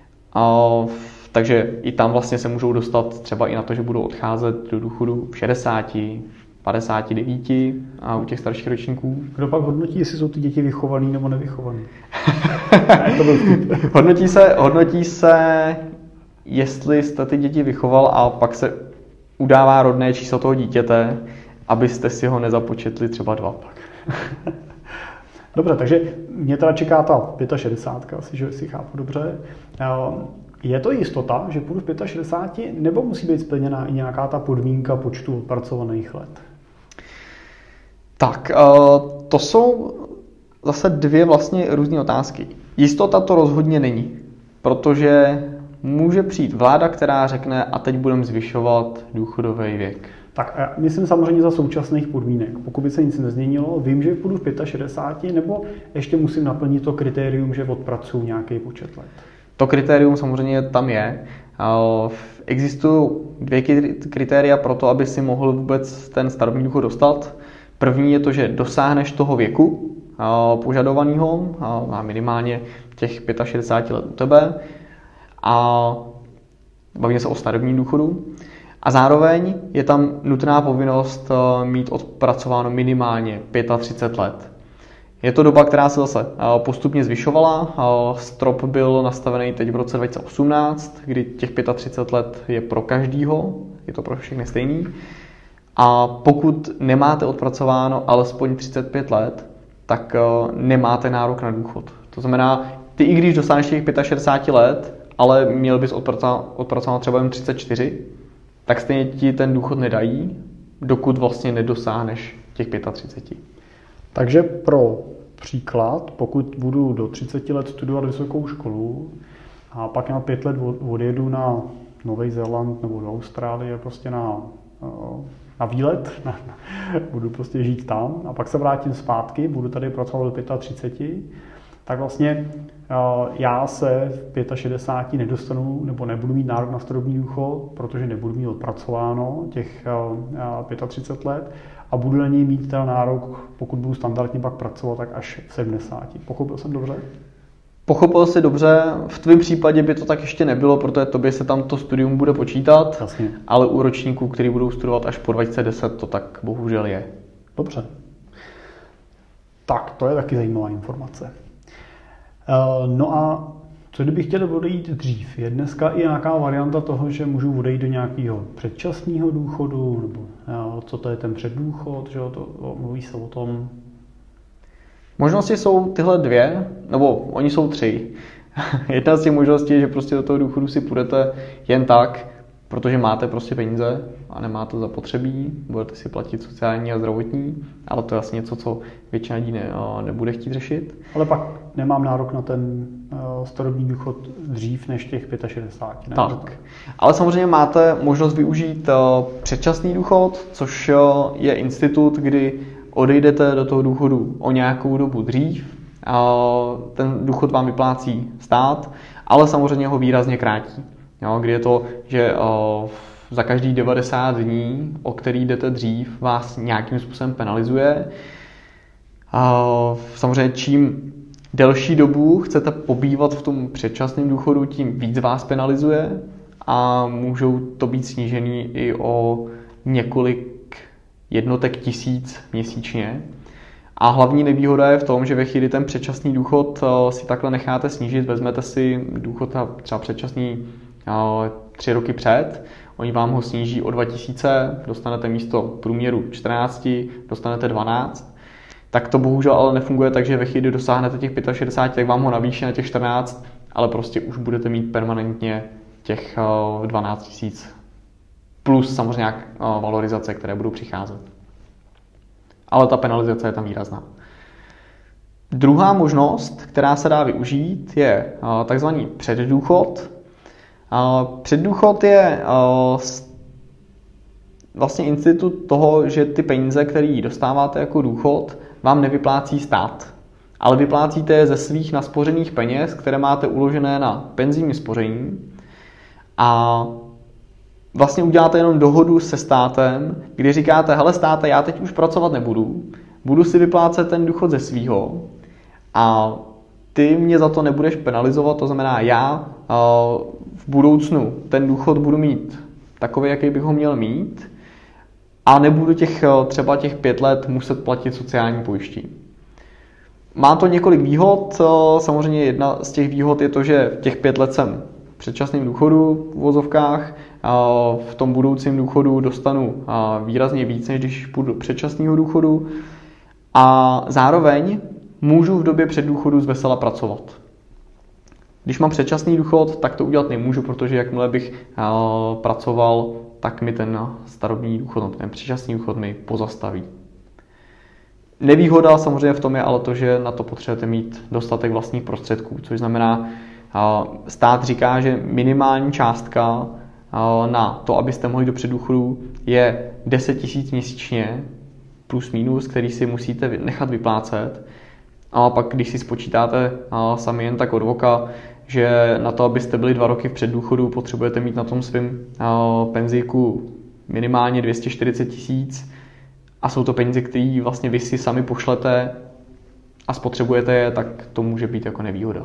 takže i tam vlastně se můžou dostat třeba i na to, že budou odcházet do důchodu v 60, 59 a u těch starších ročníků. Kdo pak hodnotí, jestli jsou ty děti vychovaný nebo nevychovaný? Hodnotí se, jestli jste ty děti vychoval a pak se udává rodné číslo toho dítěte, abyste si ho nezapočetli třeba 2. Dobře, takže mě teda čeká ta 65, asi, že si chápu dobře. Je to jistota, že půjdu v 65, nebo musí být splněná i nějaká ta podmínka počtu odpracovaných let? Tak, to jsou zase dvě vlastně různé otázky. Jistota to rozhodně není, protože může přijít vláda, která řekne, a teď budeme zvyšovat důchodový věk. Tak myslím samozřejmě za současných podmínek. Pokud by se nic nezměnilo, vím, že půjdu v 65, nebo ještě musím naplnit to kritérium, že odpracuju nějaký počet let? To kritérium samozřejmě tam je. Existují dvě kritéria pro to, aby si mohl vůbec ten starobní důchod dostat. První je to, že dosáhneš toho věku požadovaného, a minimálně těch 65 let u tebe, a bavíme se o starobním důchodu. A zároveň je tam nutná povinnost mít odpracováno minimálně 35 let. Je to doba, která se zase postupně zvyšovala. Strop byl nastavený teď v roce 2018, kdy těch 35 let je pro každýho, je to pro všechny stejný. A pokud nemáte odpracováno alespoň 35 let, tak nemáte nárok na důchod. To znamená, ty i když dostaneš těch 65 let, ale měl bys odpracovat třeba jen 34, tak stejně ti ten důchod nedají, dokud vlastně nedosáhneš těch 35. Takže pro příklad, pokud budu do 30 let studovat vysokou školu a pak na 5 let odjedu na Nový Zéland nebo do Austrálie prostě na výlet, budu prostě žít tam a pak se vrátím zpátky, budu tady pracovat do 35, tak vlastně já se v 65 nedostanu nebo nebudu mít nárok na starobní důchod, protože nebudu mít odpracováno těch 35 let a budu na něj mít ten nárok, pokud budu standardně pak pracovat, tak až v 70. Pochopil jsem dobře? Pochopil jsi dobře, v tvém případě by to tak ještě nebylo, protože tobě se tam to studium bude počítat, Jasně. Ale u ročníků, který budou studovat až po 2010, to tak bohužel je. Dobře. Tak, to je taky zajímavá informace. No a co kdybych chtěl odejít dřív? Je dneska i nějaká varianta toho, že můžu odejít do nějakého předčasného důchodu, nebo co to je ten předdůchod, že mluví se o tom? Možnosti jsou tyhle dvě, nebo oni jsou 3. Jedna z těch možností je, že prostě do toho důchodu si půjdete jen tak, protože máte prostě peníze a nemáte zapotřebí, budete si platit sociální a zdravotní, ale to je asi něco, co většina lidí nebude chtít řešit. Ale pak nemám nárok na ten starobní důchod dřív než těch 65. Ne? Tak, ale samozřejmě máte možnost využít předčasný důchod, což je institut, kdy odejdete do toho důchodu o nějakou dobu dřív, ten důchod vám vyplácí stát, ale samozřejmě ho výrazně krátí. Jo, kdy je to, že za každých 90 dní, o který jdete dřív, vás nějakým způsobem penalizuje. Samozřejmě čím delší dobu chcete pobývat v tom předčasném důchodu, tím víc vás penalizuje a můžou to být snížený i o několik jednotek tisíc měsíčně. A hlavní nevýhoda je v tom, že ve chvíli ten předčasný důchod si takhle necháte snížit, vezmete si důchod třeba předčasný 3 roky před, oni vám ho sníží o 2000, dostanete místo průměru 14, dostanete 12, tak to bohužel ale nefunguje tak, že ve chvíli dosáhnete těch 65, tak vám ho navýší na těch 14, ale prostě už budete mít permanentně těch 12 000 plus samozřejmě nějak valorizace, které budou přicházet. Ale ta penalizace je tam výrazná. Druhá možnost, která se dá využít, je takzvaný předdůchod. Předdůchod je vlastně institut toho, že ty peníze, které dostáváte jako důchod, vám nevyplácí stát, ale vyplácíte je ze svých naspořených peněz, které máte uložené na penzijní spoření a vlastně uděláte jenom dohodu se státem, kdy říkáte, hele státe, já teď už pracovat nebudu, budu si vyplácet ten důchod ze svýho a ty mě za to nebudeš penalizovat, to znamená já v budoucnu ten důchod budu mít takový, jaký bych ho měl mít a nebudu třeba těch 5 let muset platit sociální pojištění. Má to několik výhod, samozřejmě jedna z těch výhod je to, že těch 5 let jsem v předčasném důchodu v uvozovkách, v tom budoucím důchodu dostanu výrazně víc, než když půjdu do předčasného důchodu a zároveň můžu v době předdůchodu zvesela pracovat. Když mám předčasný důchod, tak to udělat nemůžu, protože jakmile bych pracoval, tak mi ten starobní důchod, ten předčasný důchod mi pozastaví. Nevýhoda samozřejmě v tom je ale to, že na to potřebujete mít dostatek vlastních prostředků, což znamená, stát říká, že minimální částka na to, abyste mohli do předdůchodu, je 10 000 měsíčně plus minus, který si musíte nechat vyplácet. A pak, když si spočítáte sami jen tak od voka, že na to, abyste byli 2 roky v předdůchodu, potřebujete mít na tom svém penzijku minimálně 240 000 a jsou to peníze, které vlastně vy si sami pošlete a spotřebujete je, tak to může být jako nevýhoda.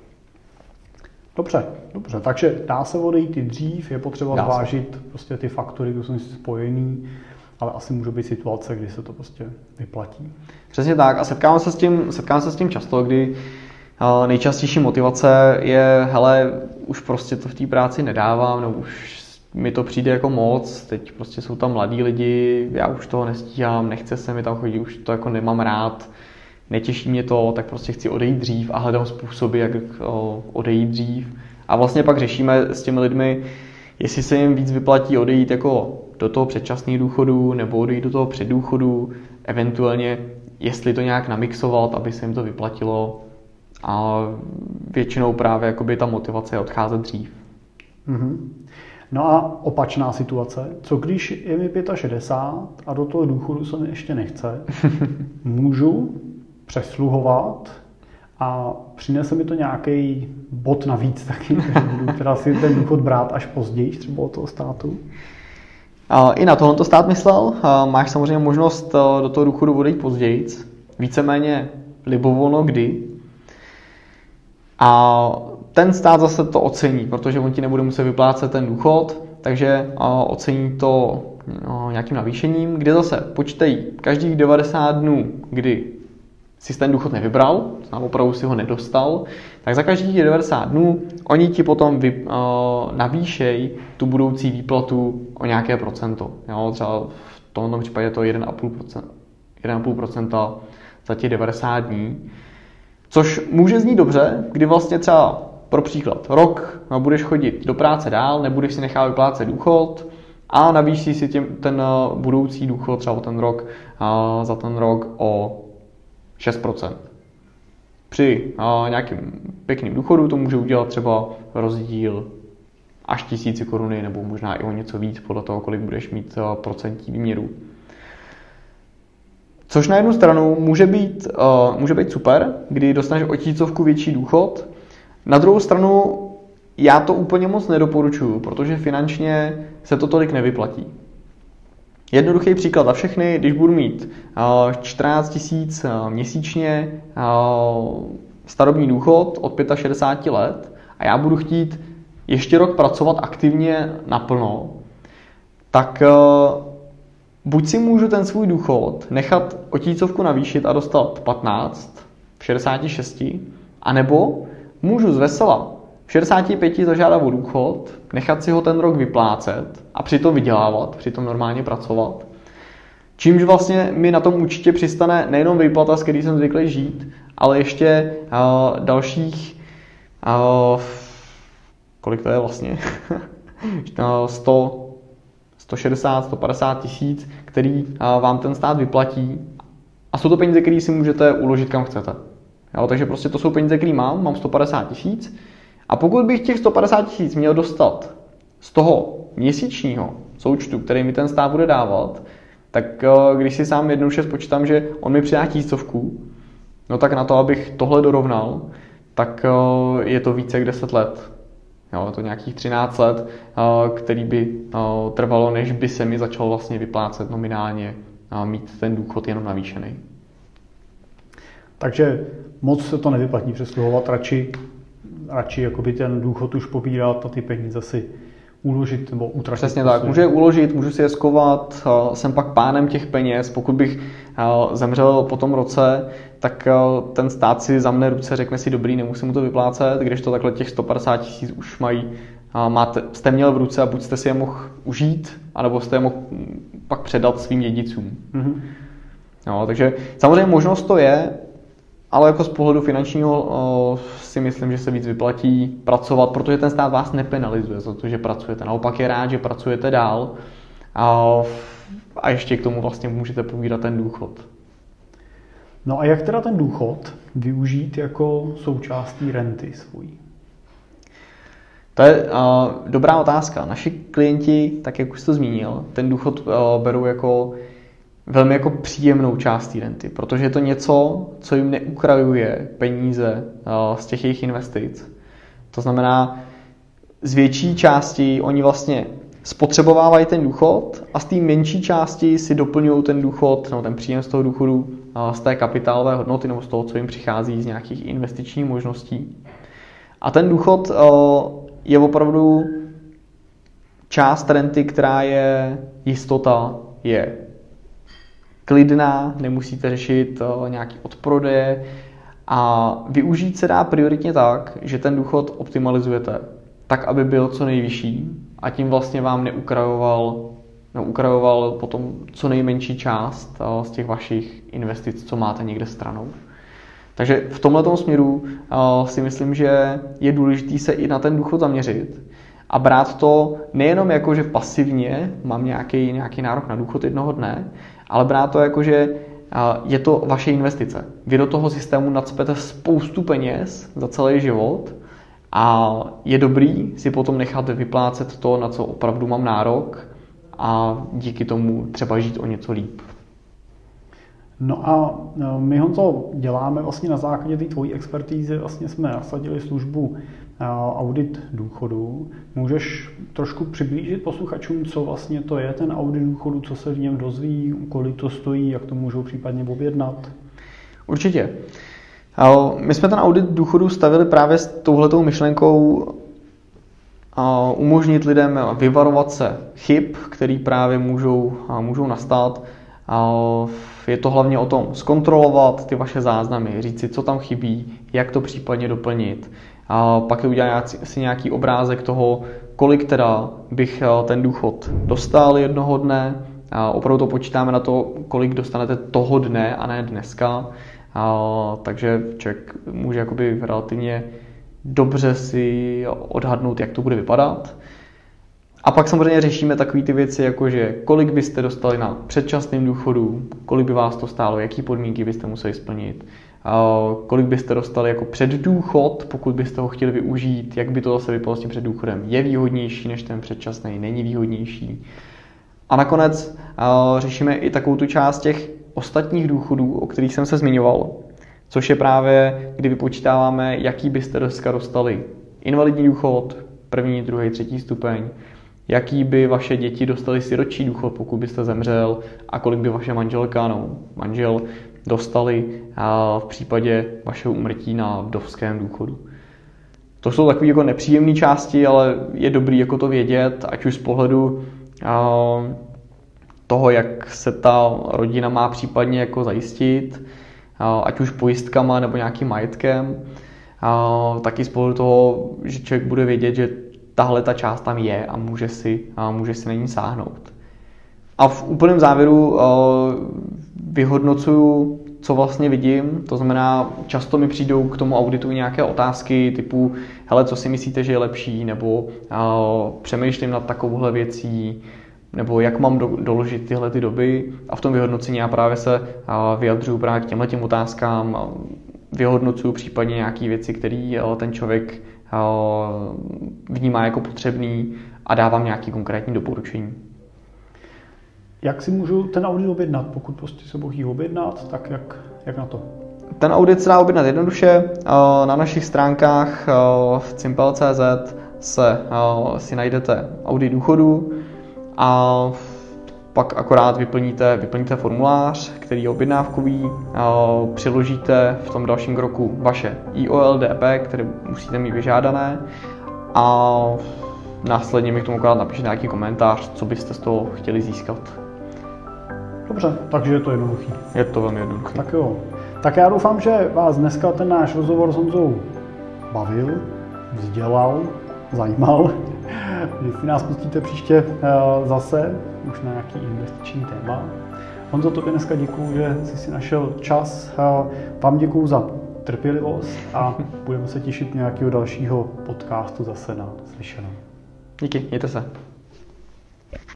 Dobře. Takže dá se odejít i dřív, je potřeba zvážit prostě ty faktory, které jsou spojený, ale asi může být situace, kdy se to prostě vyplatí. Přesně tak a setkávám se s tím často, kdy nejčastější motivace je, hele, už prostě to v té práci nedávám, nebo už mi to přijde jako moc, teď prostě jsou tam mladí lidi, já už toho nestíhám, nechce se mi tam chodit, už to jako nemám rád, netěší mě to, tak prostě chci odejít dřív a hledám způsoby, jak odejít dřív. A vlastně pak řešíme s těmi lidmi, jestli se jim víc vyplatí odejít jako do toho předčasného důchodu nebo odejít do toho předdůchodu, eventuálně jestli to nějak namixovat, aby se jim to vyplatilo. A většinou právě jakoby ta motivace je odcházet dřív. Mm-hmm. No a opačná situace. Co když je mi 65 a do toho důchodu se mi ještě nechce? Můžu přesluhovat a přinese mi to nějaký bod navíc taky, budu teda si ten důchod brát až později, třeba od toho státu? I na tohle stát myslel. Máš samozřejmě možnost do toho důchodu odejít později, víceméně libovolno kdy. A ten stát zase to ocení, protože on ti nebude muset vyplácet ten důchod, takže ocení to nějakým navýšením, kde zase počítají každých 90 dnů, kdy si ten důchod nevybral, opravdu si ho nedostal, tak za každých 90 dnů oni ti potom navýšejí tu budoucí výplatu o nějaké procento. Jo, třeba v tomto případě to 1,5% za těch 90 dní. Což může znít dobře, kdy vlastně třeba pro příklad rok budeš chodit do práce dál, nebudeš si nechat vyplácet důchod a navýšíš si ten budoucí důchod třeba za ten rok o 6%. Při nějakým pěkným důchodu to může udělat třeba rozdíl až 1000 koruny nebo možná i o něco víc podle toho, kolik budeš mít procentní výměru. Což na jednu stranu může být super, kdy dostaneš o 1000 větší důchod. Na druhou stranu já to úplně moc nedoporučuju, protože finančně se to tolik nevyplatí. Jednoduchý příklad za všechny, když budu mít 14 000 měsíčně starobní důchod od 65 let a já budu chtít ještě rok pracovat aktivně naplno, tak buď si můžu ten svůj důchod nechat o 1000 navýšit a dostat 15 v 66, anebo můžu zvesela v 65 zažádat o důchod, nechat si ho ten rok vyplácet a přitom vydělávat, přitom normálně pracovat. Čímž vlastně mi na tom určitě přistane nejenom výplata, z který jsem zvyklý žít, ale ještě dalších, kolik to je vlastně, 160, 150 tisíc, který vám ten stát vyplatí. A jsou to peníze, které si můžete uložit kam chcete. Jo, takže prostě to jsou peníze, které mám 150 tisíc. A pokud bych těch 150 tisíc měl dostat z toho měsíčního součtu, který mi ten stát bude dávat, tak když si sám jednoduše spočítám, že on mi přidá 1000, no tak na to, abych tohle dorovnal, tak je to více jak 10 let. Jo, je to nějakých 13 let, který by trvalo, než by se mi začal vlastně vyplácet nominálně mít ten důchod jenom navýšený. Takže moc se to nevyplatí přesluhovat, radši jakoby ten důchod už pobírat a ty peníze si uložit nebo utratit. Přesně tak, můžu je uložit, můžu si je skovat, jsem pak pánem těch peněz, pokud bych zemřel po tom roce, tak ten stát si zamne ruce, řekne si dobrý, nemusím mu to vyplácet, když to takhle těch 150 tisíc už mají, jste měl v ruce a buď jste si je mohl užít, anebo jste je mohl pak předat svým dědicům. Mm-hmm. No, takže samozřejmě možnost to je, ale jako z pohledu finančního si myslím, že se víc vyplatí pracovat, protože ten stát vás nepenalizuje za to, že pracujete. Naopak je rád, že pracujete dál a ještě k tomu vlastně můžete pobírat ten důchod. No a jak teda ten důchod využít jako součástí renty svojí? To je dobrá otázka. Naši klienti, tak jak už jsi to zmínil, ten důchod berou jako velmi jako příjemnou část renty, protože je to něco, co jim neukrajuje peníze z těch jejich investic. To znamená, z větší části oni vlastně spotřebovávají ten důchod a z té menší části si doplňují ten důchod, no ten příjem z toho důchodu z té kapitálové hodnoty nebo z toho, co jim přichází z nějakých investičních možností. A ten důchod je opravdu část renty, která je jistota, je klidná, nemusíte řešit nějaký odprodeje a využít se dá prioritně tak, že ten důchod optimalizujete tak, aby byl co nejvyšší a tím vlastně vám neukrajoval potom co nejmenší část z těch vašich investic, co máte někde stranou. Takže v tomhletom směru si myslím, že je důležité se i na ten důchod zaměřit a brát to nejenom jako, že pasivně mám nějaký nárok na důchod jednoho dne, ale brát to jako, že je to vaše investice. Vy do toho systému nacpete spoustu peněz za celý život a je dobrý si potom nechat vyplácet to, na co opravdu mám nárok a díky tomu třeba žít o něco líp. No a my, Honzo, děláme vlastně na základě té tvojí expertízy, vlastně jsme nasadili službu audit důchodu. Můžeš trošku přiblížit posluchačům, co vlastně to je ten audit důchodu, co se v něm dozví, kolik to stojí, jak to můžou případně objednat? Určitě. My jsme ten audit důchodu stavili právě s touhletou myšlenkou umožnit lidem vyvarovat se chyb, které právě můžou nastat. Je to hlavně o tom zkontrolovat ty vaše záznamy, říct si, co tam chybí, jak to případně doplnit. Pak udělat si nějaký obrázek toho, kolik teda bych ten důchod dostal jednoho dne. Opravdu to počítáme na to, kolik dostanete toho dne a ne dneska. Takže člověk může jakoby relativně dobře si odhadnout, jak to bude vypadat. A pak samozřejmě řešíme takové ty věci, jako že kolik byste dostali na předčasném důchodu, kolik by vás to stálo, jaký podmínky byste museli splnit, kolik byste dostali jako předdůchod, pokud byste ho chtěli využít, jak by to zase vypadalo s tím předdůchodem. Je výhodnější než ten předčasný, není výhodnější. A nakonec řešíme i takovou tu část těch ostatních důchodů, o kterých jsem se zmiňoval, což je právě, kdy vypočítáváme, jaký byste dneska dostali invalidní důchod, první, druhý, třetí stupeň, jaký by vaše děti dostaly sirotčí důchod, pokud byste zemřel, a kolik by vaše manželka nebo manžel dostali v případě vašeho úmrtí na vdovském důchodu. To jsou takové jako nepříjemné části, ale je dobrý jako to vědět, ať už z pohledu toho, jak se ta rodina má případně jako zajistit, ať už pojistkama nebo nějakým majetkem, taky z pohledu toho, že člověk bude vědět, že tahle ta část tam je a může si na ní sáhnout. A v úplném závěru vyhodnocuju, co vlastně vidím, to znamená, často mi přijdou k tomu auditu nějaké otázky typu, hele, co si myslíte, že je lepší, nebo přemýšlím nad takovouhle věcí, nebo jak mám doložit tyhle ty doby, a v tom vyhodnocení já právě se vyjadřuju právě k těmhletěm otázkám, vyhodnocuju případně nějaké věci, které ten člověk vnímá jako potřebný, a dávám nějaké konkrétní doporučení. Jak si můžu ten audit objednat? Pokud prostě se bojí objednat, tak jak na to? Ten audit se dá objednat jednoduše. Na našich stránkách v cimpel.cz si najdete audit důchodu a pak akorát vyplníte formulář, který je objednávkový, přiložíte v tom dalším kroku vaše IOLDP, které musíte mít vyžádané, a následně mi k tomu akorát napíšete nějaký komentář, co byste z toho chtěli získat. Dobře, takže je to jednoduchý. Je to velmi jednoduché. Tak jo. Tak já doufám, že vás dneska ten náš rozhovor s Honzou bavil, vzdělal, zajímal. Že si nás pustíte příště zase, už na nějaký investiční téma. Honzo, tobě dneska děkuju, že jsi si našel čas. Vám děkuju za trpělivost a budeme se těšit nějakého dalšího podcastu zase na slyšenou. Díky, mějte se.